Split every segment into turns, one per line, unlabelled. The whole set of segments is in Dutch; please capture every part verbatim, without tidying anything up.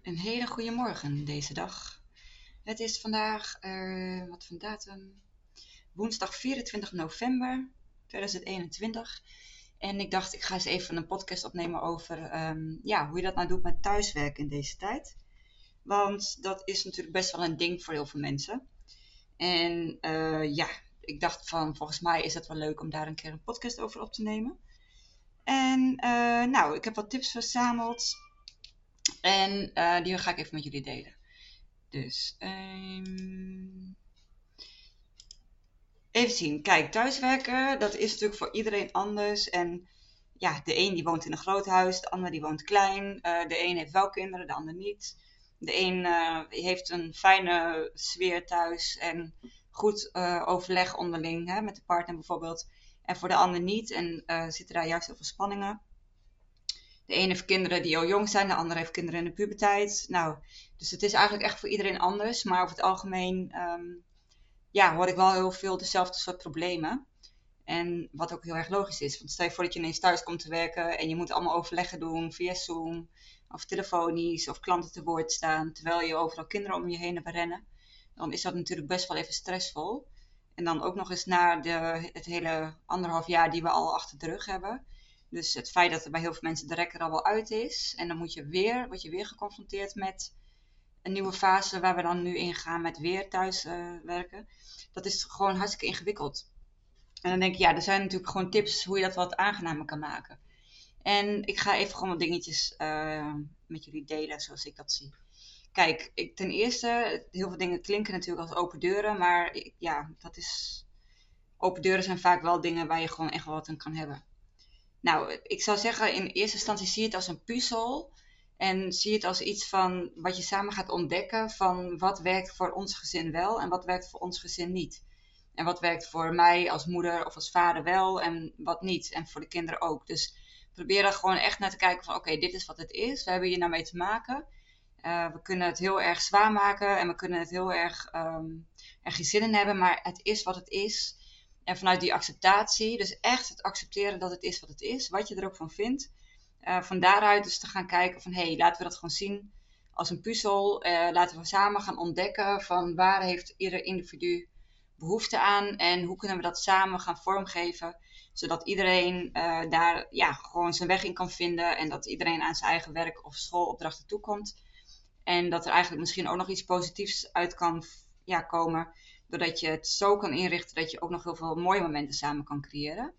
Een hele goede morgen deze dag. Het is vandaag, uh, wat voor datum? Woensdag vierentwintig november tweeduizend eenentwintig. En ik dacht, ik ga eens even een podcast opnemen over um, ja, hoe je dat nou doet met thuiswerken in deze tijd. Want dat is natuurlijk best wel een ding voor heel veel mensen. En uh, ja, ik dacht van, volgens mij is het wel leuk om daar een keer een podcast over op te nemen. En uh, nou, ik heb wat tips verzameld. En uh, die ga ik even met jullie delen. Dus, um... even zien. Kijk, thuiswerken, dat is natuurlijk voor iedereen anders. En ja, de een die woont in een groot huis, de ander die woont klein. Uh, de een heeft wel kinderen, de ander niet. De een uh, heeft een fijne sfeer thuis en goed uh, overleg onderling, hè, met de partner bijvoorbeeld. En voor de ander niet en uh, zitten daar juist heel veel spanningen. De ene heeft kinderen die al jong zijn, de andere heeft kinderen in de puberteit. Nou, dus het is eigenlijk echt voor iedereen anders. Maar over het algemeen um, ja, hoor ik wel heel veel dezelfde soort problemen. En wat ook heel erg logisch is. Want stel je voor dat je ineens thuis komt te werken en je moet allemaal overleggen doen via Zoom of telefonisch of klanten te woord staan. Terwijl je overal kinderen om je heen hebt rennen. Dan is dat natuurlijk best wel even stressvol. En dan ook nog eens na de, het hele anderhalf jaar die we al achter de rug hebben. Dus het feit dat er bij heel veel mensen de rekker al wel uit is. En dan moet je weer, word je weer geconfronteerd met een nieuwe fase waar we dan nu in gaan met weer thuiswerken. Uh, dat is gewoon hartstikke ingewikkeld. En dan denk ik, ja, er zijn natuurlijk gewoon tips hoe je dat wat aangenamer kan maken. En ik ga even gewoon wat dingetjes uh, met jullie delen zoals ik dat zie. Kijk, ik, ten eerste, heel veel dingen klinken natuurlijk als open deuren. Maar ik, ja, dat is... Open deuren zijn vaak wel dingen waar je gewoon echt wel wat aan kan hebben. Nou, ik zou zeggen, in eerste instantie zie je het als een puzzel. En zie het als iets van wat je samen gaat ontdekken van wat werkt voor ons gezin wel en wat werkt voor ons gezin niet. En wat werkt voor mij als moeder of als vader wel en wat niet. En voor de kinderen ook. Dus probeer er gewoon echt naar te kijken van oké, okay, dit is wat het is. We hebben hier nou mee te maken. Uh, we kunnen het heel erg zwaar maken en we kunnen het heel erg um, er geen zin in hebben. Maar het is wat het is. En vanuit die acceptatie, dus echt het accepteren dat het is wat het is. Wat je er ook van vindt. Uh, van daaruit dus te gaan kijken van hé, hey, laten we dat gewoon zien als een puzzel. Uh, laten we samen gaan ontdekken van waar heeft ieder individu behoefte aan. En hoe kunnen we dat samen gaan vormgeven. Zodat iedereen uh, daar ja, gewoon zijn weg in kan vinden. En dat iedereen aan zijn eigen werk of schoolopdrachten toekomt. En dat er eigenlijk misschien ook nog iets positiefs uit kan ja, komen. Doordat je het zo kan inrichten dat je ook nog heel veel mooie momenten samen kan creëren.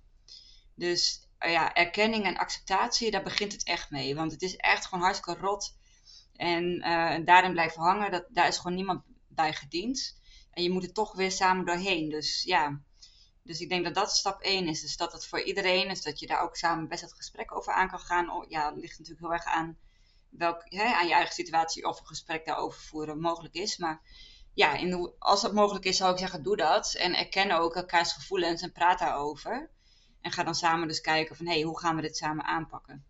Dus uh, ja, erkenning en acceptatie, daar begint het echt mee. Want het is echt gewoon hartstikke rot. En uh, daarin blijven hangen, dat, daar is gewoon niemand bij gediend. En je moet er toch weer samen doorheen. Dus ja, dus ik denk dat dat stap één is. Dus dat het voor iedereen is, dat je daar ook samen best het gesprek over aan kan gaan. Oh, ja, het ligt natuurlijk heel erg aan, welk, hè, aan je eigen situatie of een gesprek daarover voeren mogelijk is. Maar ja, in de, als dat mogelijk is, zou ik zeggen, doe dat. En erken ook elkaars gevoelens en praat daarover. En ga dan samen dus kijken van, hé, hey, hoe gaan we dit samen aanpakken?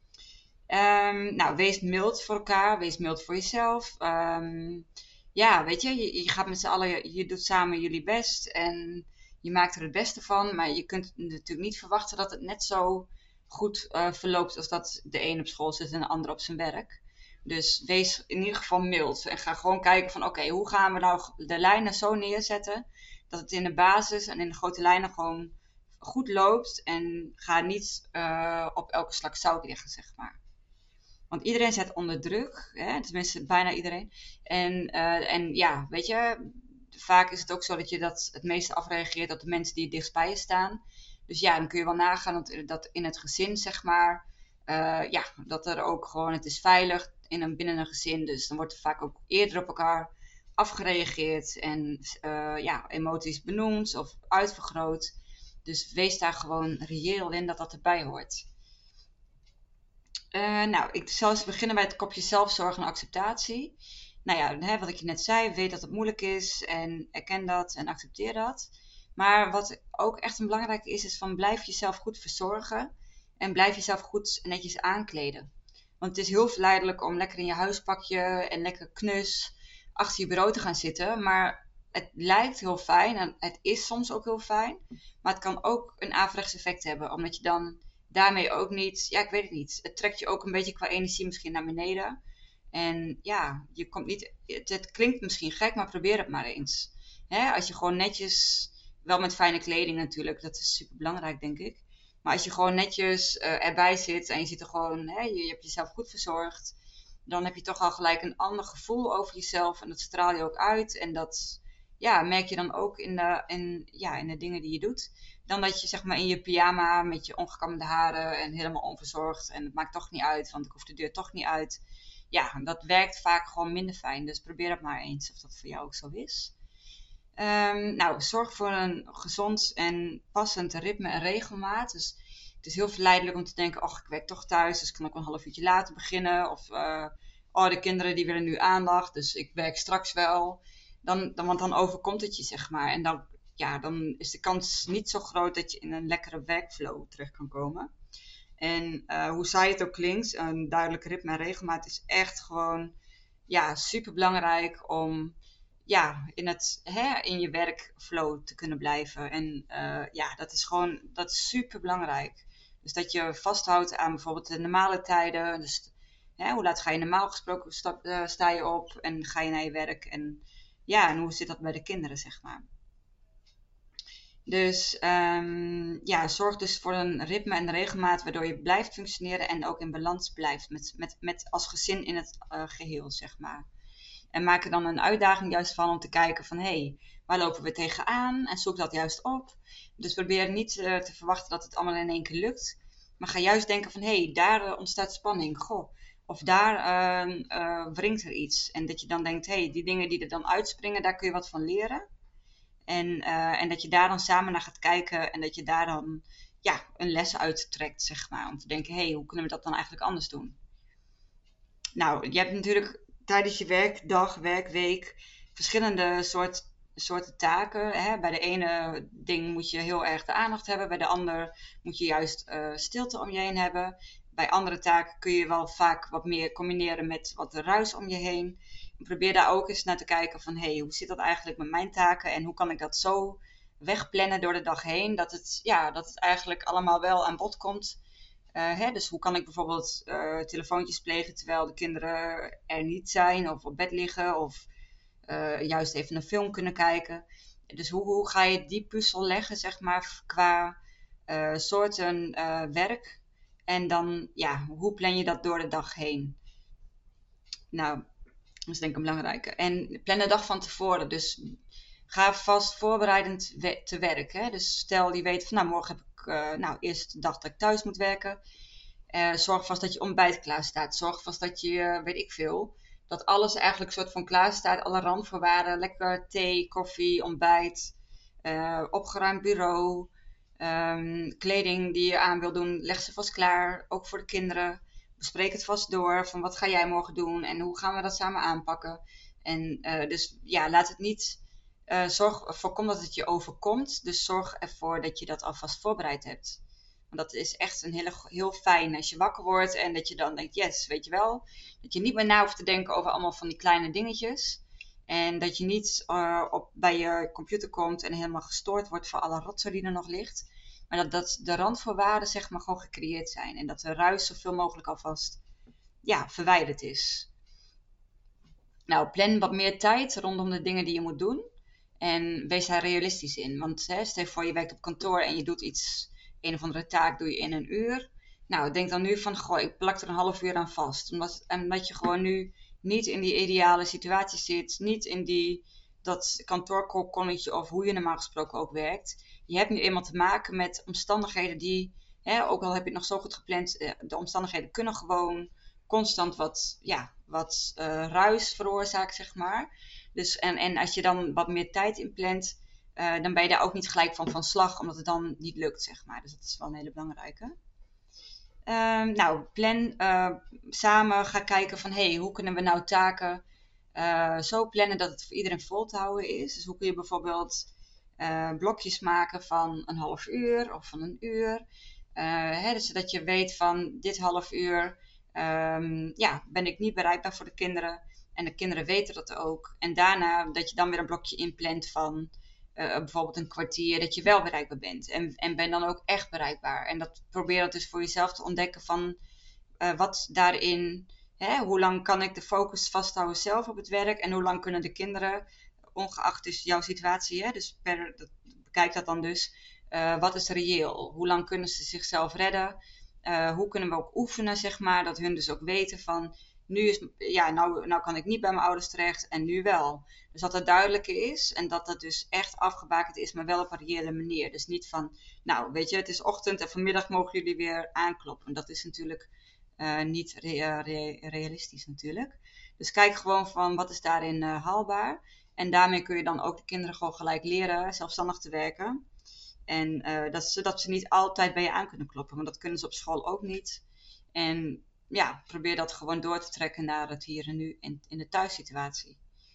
Um, nou, wees mild voor elkaar. Wees mild voor jezelf. Um, ja, weet je, je, je gaat met z'n allen, je, je doet samen jullie best. En je maakt er het beste van. Maar je kunt natuurlijk niet verwachten dat het net zo goed uh, verloopt als dat de een op school zit en de ander op zijn werk. Dus wees in ieder geval mild. En ga gewoon kijken van, oké, okay, hoe gaan we nou de lijnen zo neerzetten dat het in de basis en in de grote lijnen gewoon goed loopt. En ga niet uh, op elke slag zout liggen, zeg maar. Want iedereen zit onder druk, hè? Tenminste bijna iedereen. En, uh, en ja, weet je, vaak is het ook zo dat je dat het meeste afreageert op de mensen die dichtst bij je staan. Dus ja, dan kun je wel nagaan dat, dat in het gezin, zeg maar, uh, ja, dat er ook gewoon, het is veilig in een, binnen een gezin. Dus dan wordt er vaak ook eerder op elkaar afgereageerd en uh, ja, emoties benoemd of uitvergroot. Dus wees daar gewoon reëel in dat dat erbij hoort. Uh, nou, ik zal eens beginnen bij het kopje zelfzorg en acceptatie. Nou ja, hè, wat ik je net zei, weet dat het moeilijk is en erken dat en accepteer dat. Maar wat ook echt een belangrijke is, is van blijf jezelf goed verzorgen en blijf jezelf goed netjes aankleden. Want het is heel verleidelijk om lekker in je huispakje en lekker knus achter je bureau te gaan zitten. Maar het lijkt heel fijn en het is soms ook heel fijn. Maar het kan ook een averechts effect hebben, omdat je dan daarmee ook niet, ja ik weet het niet, het trekt je ook een beetje qua energie misschien naar beneden. En ja, je komt niet, het, het klinkt misschien gek, maar probeer het maar eens. Hè, als je gewoon netjes, wel met fijne kleding natuurlijk, dat is super belangrijk denk ik. Maar als je gewoon netjes uh, erbij zit en je zit er gewoon, hè, je, je hebt jezelf goed verzorgd, dan heb je toch al gelijk een ander gevoel over jezelf en dat straal je ook uit. En dat ja, merk je dan ook in de, in, ja, in de dingen die je doet. Dan dat je zeg maar in je pyjama met je ongekamde haren en helemaal onverzorgd en het maakt toch niet uit, want ik hoef de deur toch niet uit. Ja, dat werkt vaak gewoon minder fijn. Dus probeer dat maar eens of dat voor jou ook zo is. Um, nou, zorg voor een gezond en passend ritme en regelmaat. Dus het is heel verleidelijk om te denken, oh, ik werk toch thuis, dus kan ik wel een half uurtje later beginnen. Of, uh, oh, de kinderen die willen nu aandacht, dus ik werk straks wel. Dan, dan, want dan overkomt het je, zeg maar. En dan, ja, dan is de kans niet zo groot dat je in een lekkere werkflow terecht kan komen. En uh, hoe saai het ook klinkt, een duidelijk ritme en regelmaat is echt gewoon ja, super belangrijk om ja, in, het, hè, in je werkflow te kunnen blijven. En uh, ja, dat is gewoon dat is super belangrijk. Dus dat je vasthoudt aan bijvoorbeeld de normale tijden. Dus hè, hoe laat ga je normaal gesproken sta, uh, sta je op en ga je naar je werk. En ja, en hoe zit dat bij de kinderen, zeg maar. Dus um, ja, zorg dus voor een ritme en regelmaat waardoor je blijft functioneren en ook in balans blijft met, met, met als gezin in het uh, geheel, zeg maar. En maak er dan een uitdaging juist van om te kijken van, hé, hey, waar lopen we tegenaan? En zoek dat juist op. Dus probeer niet uh, te verwachten dat het allemaal in één keer lukt. Maar ga juist denken van, hé, hey, daar uh, ontstaat spanning. Goh, of daar uh, uh, wringt er iets. En dat je dan denkt, hé, hey, die dingen die er dan uitspringen, daar kun je wat van leren. En, uh, en dat je daar dan samen naar gaat kijken en dat je daar dan ja, een les uit trekt, zeg maar. Om te denken, hé, hey, hoe kunnen we dat dan eigenlijk anders doen? Nou, je hebt natuurlijk tijdens je werkdag, werkweek, verschillende soort, soorten taken. Hè? Bij de ene ding moet je heel erg de aandacht hebben, bij de ander moet je juist uh, stilte om je heen hebben. Bij andere taken kun je wel vaak wat meer combineren met wat ruis om je heen. En probeer daar ook eens naar te kijken van, hé, hey, hoe zit dat eigenlijk met mijn taken en hoe kan ik dat zo wegplannen door de dag heen, dat het, ja, dat het eigenlijk allemaal wel aan bod komt. Uh, hè, dus hoe kan ik bijvoorbeeld uh, telefoontjes plegen terwijl de kinderen er niet zijn of op bed liggen of uh, juist even een film kunnen kijken. Dus hoe, hoe ga je die puzzel leggen, zeg maar, qua uh, soorten uh, werk en dan, ja, hoe plan je dat door de dag heen? Nou, dat is denk ik een belangrijke. En plan de dag van tevoren, dus ga vast voorbereidend we- te werk. Hè? Dus stel je weet van, nou, morgen heb ik uh, nou, eerst de dag dat ik thuis moet werken. Uh, zorg vast dat je ontbijt klaar staat. Zorg vast dat je, uh, weet ik veel, dat alles eigenlijk soort van klaar staat. Alle randvoorwaarden, lekker thee, koffie, ontbijt, uh, opgeruimd bureau, um, kleding die je aan wil doen, leg ze vast klaar. Ook voor de kinderen. Bespreek het vast door van wat ga jij morgen doen en hoe gaan we dat samen aanpakken. En uh, dus ja, laat het niet... Uh, zorg, voorkom dat het je overkomt. Dus zorg ervoor dat je dat alvast voorbereid hebt. Want dat is echt een hele, heel fijn als je wakker wordt en dat je dan denkt, yes, weet je wel. Dat je niet meer na hoeft te denken over allemaal van die kleine dingetjes. En dat je niet uh, op, bij je computer komt en helemaal gestoord wordt voor alle rotzooi die er nog ligt. Maar dat, dat de randvoorwaarden zeg maar gewoon gecreëerd zijn. En dat de ruis zoveel mogelijk alvast ja, verwijderd is. Nou, plan wat meer tijd rondom de dingen die je moet doen. En wees daar realistisch in. Want hè, stel je voor je werkt op kantoor en je doet iets, een of andere taak doe je in een uur. Nou, denk dan nu van, goh, ik plak er een half uur aan vast. Omdat, omdat je gewoon nu niet in die ideale situatie zit. Niet in die, dat kantoorkonnetje of hoe je normaal gesproken ook werkt. Je hebt nu eenmaal te maken met omstandigheden die, hè, ook al heb je het nog zo goed gepland, de omstandigheden kunnen gewoon constant wat, ja, wat uh, ruis veroorzaken, zeg maar. Dus, en, en als je dan wat meer tijd inplant, uh, dan ben je daar ook niet gelijk van van slag, omdat het dan niet lukt, zeg maar. Dus dat is wel een hele belangrijke. Uh, nou, plan uh, samen, ga kijken van, hé, hey, hoe kunnen we nou taken uh, zo plannen dat het voor iedereen vol te houden is. Dus hoe kun je bijvoorbeeld uh, blokjes maken van een half uur of van een uur. Uh, hè, dus zodat je weet van dit half uur um, ja, ben ik niet bereikbaar voor de kinderen. En de kinderen weten dat ook. En daarna dat je dan weer een blokje inplant van uh, bijvoorbeeld een kwartier dat je wel bereikbaar bent. En, en ben dan ook echt bereikbaar. En dat probeer dat dus voor jezelf te ontdekken van uh, wat daarin Hè, hoe lang kan ik de focus vasthouden zelf op het werk en hoe lang kunnen de kinderen, ongeacht dus jouw situatie, hè, dus per, dat, bekijk dat dan dus, uh, wat is reëel? Hoe lang kunnen ze zichzelf redden? Uh, hoe kunnen we ook oefenen, zeg maar, dat hun dus ook weten van, nu is, ja, nou, nou kan ik niet bij mijn ouders terecht en nu wel. Dus dat het duidelijker is en dat dat dus echt afgebakend is, maar wel op een reële manier. Dus niet van, nou, weet je, het is ochtend en vanmiddag mogen jullie weer aankloppen. Dat is natuurlijk uh, niet re- re- realistisch natuurlijk. Dus kijk gewoon van, wat is daarin uh, haalbaar? En daarmee kun je dan ook de kinderen gewoon gelijk leren zelfstandig te werken. En uh, dat, ze, dat ze niet altijd bij je aan kunnen kloppen, want dat kunnen ze op school ook niet. En ja, probeer dat gewoon door te trekken naar het hier en nu in, in de thuissituatie.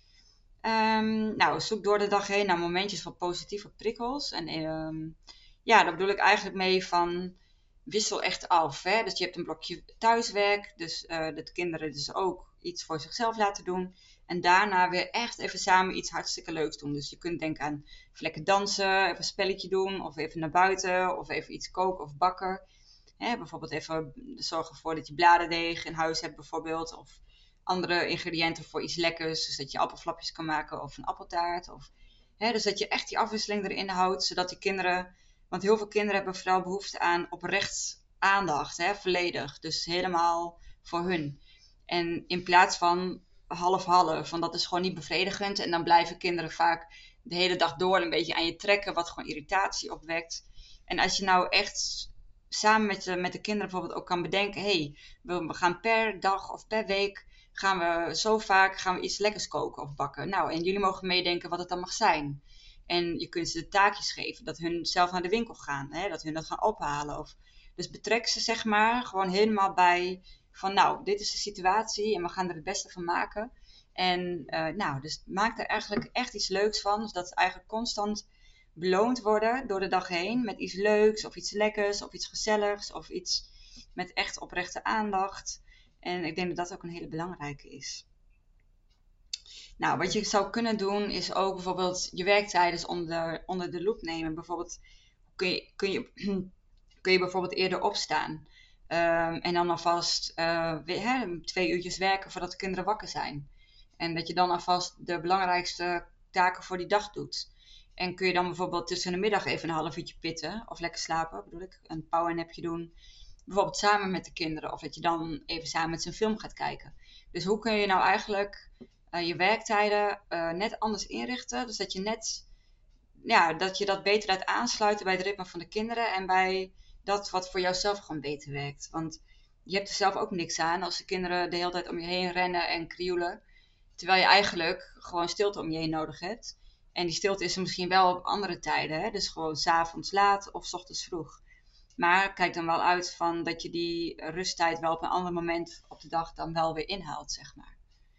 Um, nou, zoek door de dag heen naar momentjes van positieve prikkels. En um, ja, daar bedoel ik eigenlijk mee van, wissel echt af. Hè? Dus je hebt een blokje thuiswerk, dus uh, dat kinderen dus ook iets voor zichzelf laten doen. En daarna weer echt even samen iets hartstikke leuks doen. Dus je kunt denken aan lekker dansen, even een spelletje doen, of even naar buiten, of even iets koken of bakken. Hè, bijvoorbeeld even zorgen ervoor dat je bladerdeeg in huis hebt bijvoorbeeld, of andere ingrediënten voor iets lekkers. Dus dat je appelflapjes kan maken of een appeltaart. Of, hè, dus dat je echt die afwisseling erin houdt, zodat die kinderen, want heel veel kinderen hebben vooral behoefte aan oprecht aandacht, hè, volledig. Dus helemaal voor hun. En in plaats van half-half, want dat is gewoon niet bevredigend. En dan blijven kinderen vaak de hele dag door een beetje aan je trekken, wat gewoon irritatie opwekt. En als je nou echt samen met de, met de kinderen bijvoorbeeld ook kan bedenken, hé, hey, we gaan per dag of per week, gaan we zo vaak gaan we iets lekkers koken of bakken. Nou, en jullie mogen meedenken wat het dan mag zijn. En je kunt ze de taakjes geven, dat hun zelf naar de winkel gaan, hè, dat hun dat gaan ophalen. Of, dus betrek ze zeg maar gewoon helemaal bij van, nou, dit is de situatie en we gaan er het beste van maken. En uh, nou, dus maak er eigenlijk echt iets leuks van, zodat ze eigenlijk constant beloond worden door de dag heen met iets leuks of iets lekkers of iets gezelligs of iets met echt oprechte aandacht. En ik denk dat dat ook een hele belangrijke is. Nou, wat je zou kunnen doen is ook bijvoorbeeld je werktijden onder, onder de loep nemen. Bijvoorbeeld kun je, kun je, kun je bijvoorbeeld eerder opstaan. Um, en dan alvast uh, weer, hè, twee uurtjes werken voordat de kinderen wakker zijn. En dat je dan alvast de belangrijkste taken voor die dag doet. En kun je dan bijvoorbeeld tussen de middag even een half uurtje pitten. Of lekker slapen, bedoel ik. Een powernapje doen. Bijvoorbeeld samen met de kinderen. Of dat je dan even samen met ze een film gaat kijken. Dus hoe kun je nou eigenlijk uh, je werktijden uh, net anders inrichten. Dus dat je net, ja, dat je dat beter laat aansluiten bij het ritme van de kinderen. En bij dat wat voor jouzelf gewoon beter werkt. Want je hebt er zelf ook niks aan als de kinderen de hele tijd om je heen rennen en krioelen. Terwijl je eigenlijk gewoon stilte om je heen nodig hebt. En die stilte is er misschien wel op andere tijden. Hè? Dus gewoon 's avonds laat of 's ochtends vroeg. Maar kijk dan wel uit van dat je die rusttijd wel op een ander moment op de dag dan wel weer inhaalt, zeg maar.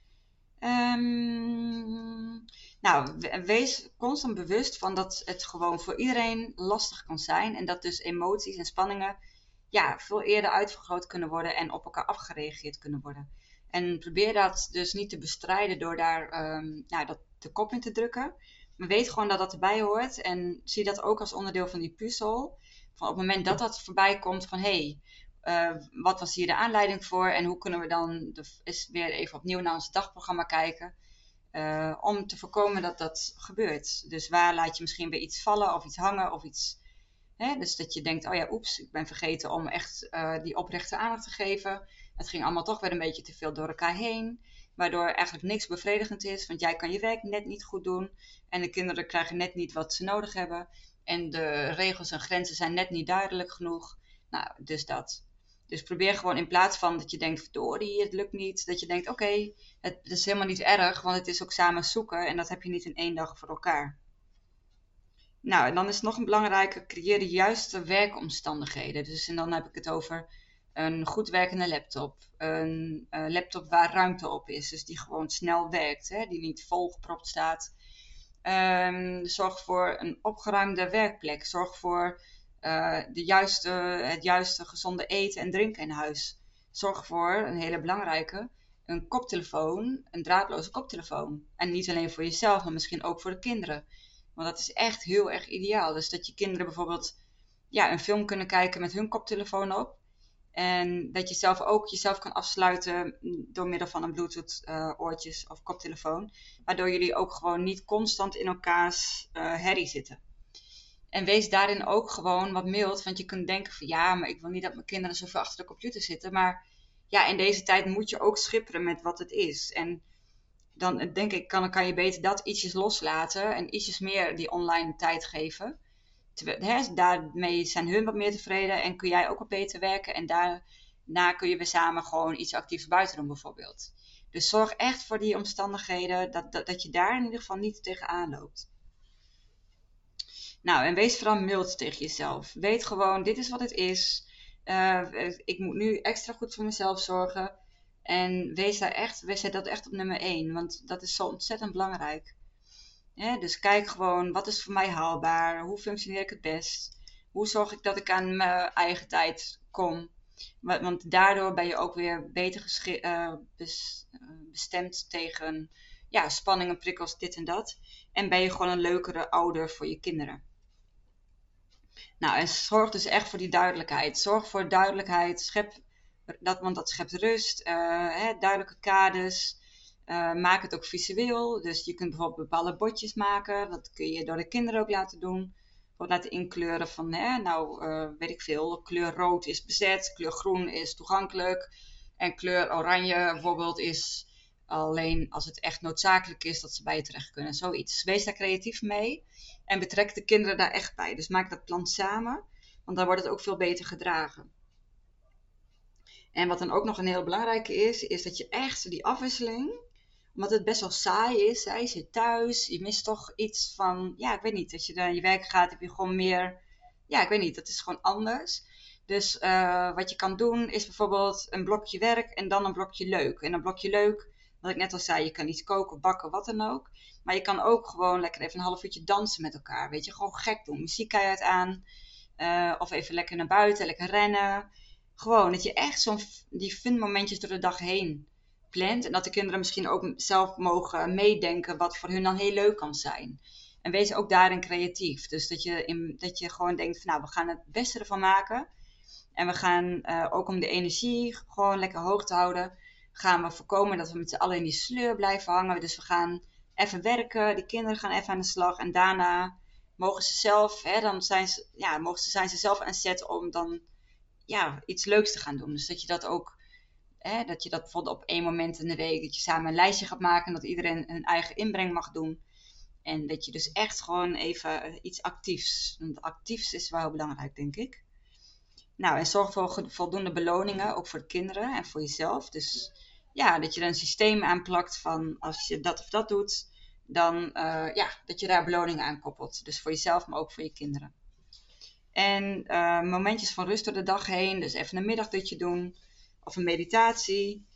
Um, nou, wees constant bewust van dat het gewoon voor iedereen lastig kan zijn. En dat dus emoties en spanningen ja, veel eerder uitvergroot kunnen worden en op elkaar afgereageerd kunnen worden. En probeer dat dus niet te bestrijden door daar um, nou, dat de kop in te drukken. Maar weet gewoon dat dat erbij hoort. En zie dat ook als onderdeel van die puzzel. Van op het moment dat dat voorbij komt van hé, hey, uh, wat was hier de aanleiding voor? En hoe kunnen we dan de, eens weer even opnieuw naar ons dagprogramma kijken. Uh, om te voorkomen dat dat gebeurt. Dus waar laat je misschien weer iets vallen of iets hangen of iets. Hè? Dus dat je denkt, oh ja, oeps, ik ben vergeten om echt uh, die oprechte aandacht te geven. Het ging allemaal toch weer een beetje te veel door elkaar heen. Waardoor eigenlijk niks bevredigend is. Want jij kan je werk net niet goed doen. En de kinderen krijgen net niet wat ze nodig hebben. En de regels en grenzen zijn net niet duidelijk genoeg. Nou, dus dat. Dus probeer gewoon in plaats van dat je denkt, verdorie, het lukt niet. Dat je denkt, oké, okay, het is helemaal niet erg. Want het is ook samen zoeken. En dat heb je niet in één dag voor elkaar. Nou, en dan is het nog een belangrijke, creëer de juiste werkomstandigheden. Dus en dan heb ik het over een goed werkende laptop. Een uh, laptop waar ruimte op is. Dus die gewoon snel werkt. Hè? Die niet volgepropt staat. Um, zorg voor een opgeruimde werkplek. Zorg voor uh, de juiste, het juiste gezonde eten en drinken in huis. Zorg voor, een hele belangrijke, een koptelefoon. Een draadloze koptelefoon. En niet alleen voor jezelf, maar misschien ook voor de kinderen. Want dat is echt heel erg ideaal. Dus dat je kinderen bijvoorbeeld ja, een film kunnen kijken met hun koptelefoon op. En dat je zelf ook jezelf kan afsluiten door middel van een Bluetooth uh, oortjes of koptelefoon. Waardoor jullie ook gewoon niet constant in elkaars uh, herrie zitten. En wees daarin ook gewoon wat mild. Want je kunt denken van ja, maar ik wil niet dat mijn kinderen zoveel achter de computer zitten. Maar ja, in deze tijd moet je ook schipperen met wat het is. En dan denk ik, kan, kan je beter dat ietsjes loslaten. En ietsjes meer die online tijd geven. Terwijl, hè, daarmee zijn hun wat meer tevreden. En kun jij ook wat beter werken. En daarna kun je weer samen gewoon iets actiefs buiten doen bijvoorbeeld. Dus zorg echt voor die omstandigheden. Dat, dat, dat je daar in ieder geval niet tegenaan loopt. Nou, en wees vooral mild tegen jezelf. Weet gewoon, dit is wat het is. Uh, ik moet nu extra goed voor mezelf zorgen. En wees daar echt, wees dat echt op nummer één. Want dat is zo ontzettend belangrijk. Ja, dus kijk gewoon, wat is voor mij haalbaar? Hoe functioneer ik het best? Hoe zorg ik dat ik aan mijn eigen tijd kom? Want daardoor ben je ook weer beter geschi- uh, bes- uh, bestemd tegen ja, spanningen, prikkels, dit en dat. En ben je gewoon een leukere ouder voor je kinderen. Nou, en zorg dus echt voor die duidelijkheid. Zorg voor duidelijkheid. Schep dat, want dat schept rust. Uh, hè, duidelijke kaders. Uh, maak het ook visueel. Dus je kunt bijvoorbeeld bepaalde bordjes maken. Dat kun je door de kinderen ook laten doen. Bijvoorbeeld laten inkleuren van, hè, nou, uh, weet ik veel. Kleur rood is bezet. Kleur groen is toegankelijk. En kleur oranje bijvoorbeeld is alleen als het echt noodzakelijk is dat ze bij je terecht kunnen. Zoiets. Wees daar creatief mee. En betrek de kinderen daar echt bij. Dus maak dat plan samen. Want dan wordt het ook veel beter gedragen. En wat dan ook nog een heel belangrijke is, is dat je echt die afwisseling, omdat het best wel saai is, hè, je zit thuis, je mist toch iets van, ja, ik weet niet, als je naar je werk gaat, heb je gewoon meer, ja, ik weet niet, dat is gewoon anders. Dus uh, wat je kan doen, is bijvoorbeeld een blokje werk en dan een blokje leuk. En een blokje leuk, wat ik net al zei, je kan iets koken, bakken, wat dan ook. Maar je kan ook gewoon lekker even een half uurtje dansen met elkaar, weet je, gewoon gek doen. Muziek keihard aan, uh, of even lekker naar buiten, lekker rennen. Gewoon, dat je echt zo'n die fun momentjes door de dag heen plant. En dat de kinderen misschien ook zelf mogen meedenken wat voor hun dan heel leuk kan zijn. En wees ook daarin creatief. Dus dat je, in, dat je gewoon denkt van nou, we gaan het beste ervan maken. En we gaan uh, ook om de energie gewoon lekker hoog te houden, gaan we voorkomen dat we met z'n allen in die sleur blijven hangen. Dus we gaan even werken, de kinderen gaan even aan de slag. En daarna mogen ze zelf, hè, dan zijn ze, ja, mogen ze, zijn ze zelf aan zet om dan ja, iets leuks te gaan doen. Dus dat je dat ook, hè, dat je dat bijvoorbeeld op één moment in de week, dat je samen een lijstje gaat maken en dat iedereen hun eigen inbreng mag doen. En dat je dus echt gewoon even iets actiefs, want actiefs is wel heel belangrijk, denk ik. Nou, en zorg voor voldoende beloningen, ook voor de kinderen en voor jezelf. Dus ja, dat je er een systeem aan plakt van als je dat of dat doet, dan uh, ja, dat je daar beloningen aan koppelt. Dus voor jezelf, maar ook voor je kinderen. En uh, momentjes van rust door de dag heen. Dus even een middagdutje doen. Of een meditatie.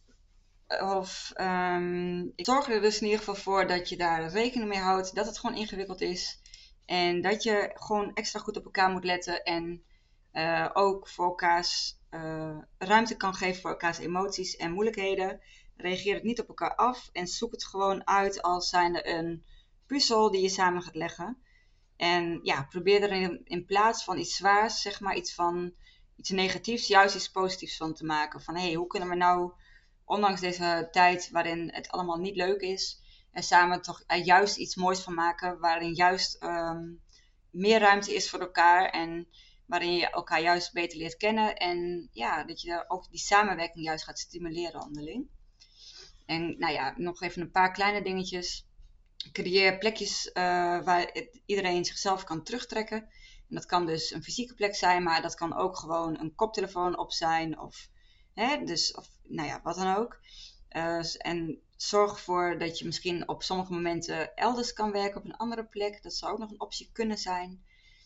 Of um, ik zorg er dus in ieder geval voor dat je daar rekening mee houdt. Dat het gewoon ingewikkeld is. En dat je gewoon extra goed op elkaar moet letten. En uh, ook voor elkaars uh, ruimte kan geven voor elkaars emoties en moeilijkheden. Reageer het niet op elkaar af. En zoek het gewoon uit als zijnde een puzzel die je samen gaat leggen. En ja, probeer er in, in plaats van iets zwaars, zeg maar iets van iets negatiefs, juist iets positiefs van te maken. Van hé, hey, hoe kunnen we nou, ondanks deze tijd waarin het allemaal niet leuk is, er samen toch er juist iets moois van maken, waarin juist um, meer ruimte is voor elkaar en waarin je elkaar juist beter leert kennen. En ja, dat je ook die samenwerking juist gaat stimuleren onderling. En nou ja, nog even een paar kleine dingetjes. Creëer plekjes uh, waar het, iedereen zichzelf kan terugtrekken. En dat kan dus een fysieke plek zijn, maar dat kan ook gewoon een koptelefoon op zijn. Of, hè, dus, of nou ja, wat dan ook. Uh, en zorg ervoor dat je misschien op sommige momenten elders kan werken op een andere plek. Dat zou ook nog een optie kunnen zijn.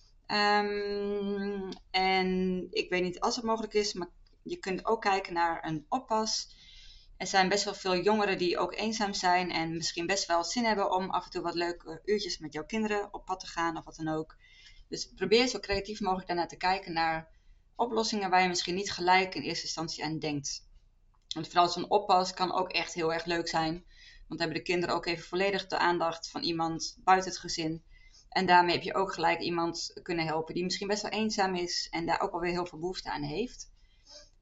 Um, en ik weet niet als het mogelijk is, maar je kunt ook kijken naar een oppas. Er zijn best wel veel jongeren die ook eenzaam zijn en misschien best wel zin hebben om af en toe wat leuke uurtjes met jouw kinderen op pad te gaan of wat dan ook. Dus probeer zo creatief mogelijk daarnaar te kijken naar oplossingen waar je misschien niet gelijk in eerste instantie aan denkt. Want vooral zo'n oppas kan ook echt heel erg leuk zijn. Want dan hebben de kinderen ook even volledig de aandacht van iemand buiten het gezin. En daarmee heb je ook gelijk iemand kunnen helpen die misschien best wel eenzaam is en daar ook alweer heel veel behoefte aan heeft.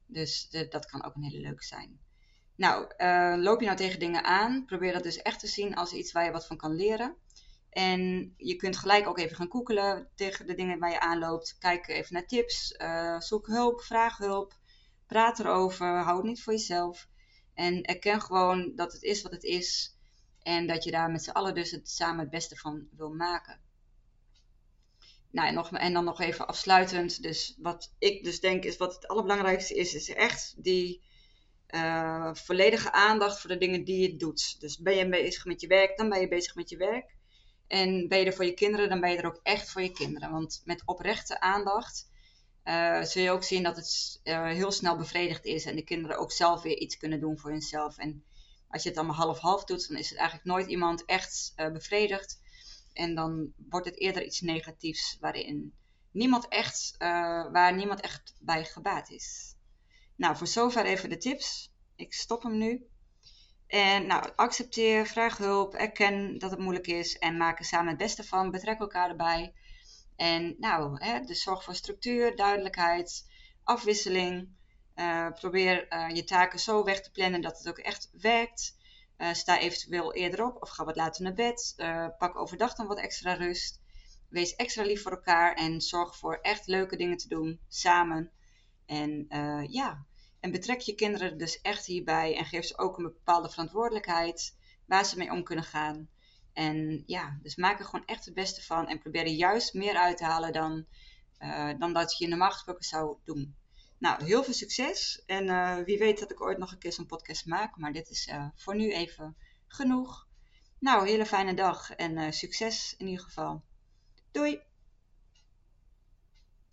Dus de, dat kan ook een hele leuke zijn. Nou, uh, loop je nou tegen dingen aan, probeer dat dus echt te zien als iets waar je wat van kan leren. En je kunt gelijk ook even gaan googelen tegen de dingen waar je aanloopt. Kijk even naar tips, uh, zoek hulp, vraag hulp, praat erover, hou het niet voor jezelf. En erken gewoon dat het is wat het is en dat je daar met z'n allen dus het, samen het beste van wil maken. Nou, en, nog, en dan nog even afsluitend, dus wat ik dus denk is wat het allerbelangrijkste is, is echt die uh, volledige aandacht voor de dingen die je doet. Dus ben je bezig met je werk, dan ben je bezig met je werk. En ben je er voor je kinderen, dan ben je er ook echt voor je kinderen. Want met oprechte aandacht uh, zul je ook zien dat het uh, heel snel bevredigd is. En de kinderen ook zelf weer iets kunnen doen voor hunzelf. En als je het allemaal half-half doet, dan is het eigenlijk nooit iemand echt uh, bevredigd. En dan wordt het eerder iets negatiefs waarin niemand echt, uh, waar niemand echt bij gebaat is. Nou, voor zover even de tips. Ik stop hem nu. En nou, accepteer, vraag hulp, erken dat het moeilijk is en maak er samen het beste van. Betrek elkaar erbij. En nou, hè, dus zorg voor structuur, duidelijkheid, afwisseling. Uh, probeer uh, je taken zo weg te plannen dat het ook echt werkt. Uh, sta eventueel eerder op of ga wat later naar bed. Uh, pak overdag dan wat extra rust. Wees extra lief voor elkaar en zorg voor echt leuke dingen te doen samen. En uh, ja... En betrek je kinderen dus echt hierbij en geef ze ook een bepaalde verantwoordelijkheid waar ze mee om kunnen gaan. En ja, dus maak er gewoon echt het beste van en probeer er juist meer uit te halen dan, uh, dan dat je normaal gesproken zou doen. Nou, heel veel succes en uh, wie weet dat ik ooit nog een keer zo'n podcast maak, maar dit is uh, voor nu even genoeg. Nou, hele fijne dag en uh, succes in ieder geval. Doei!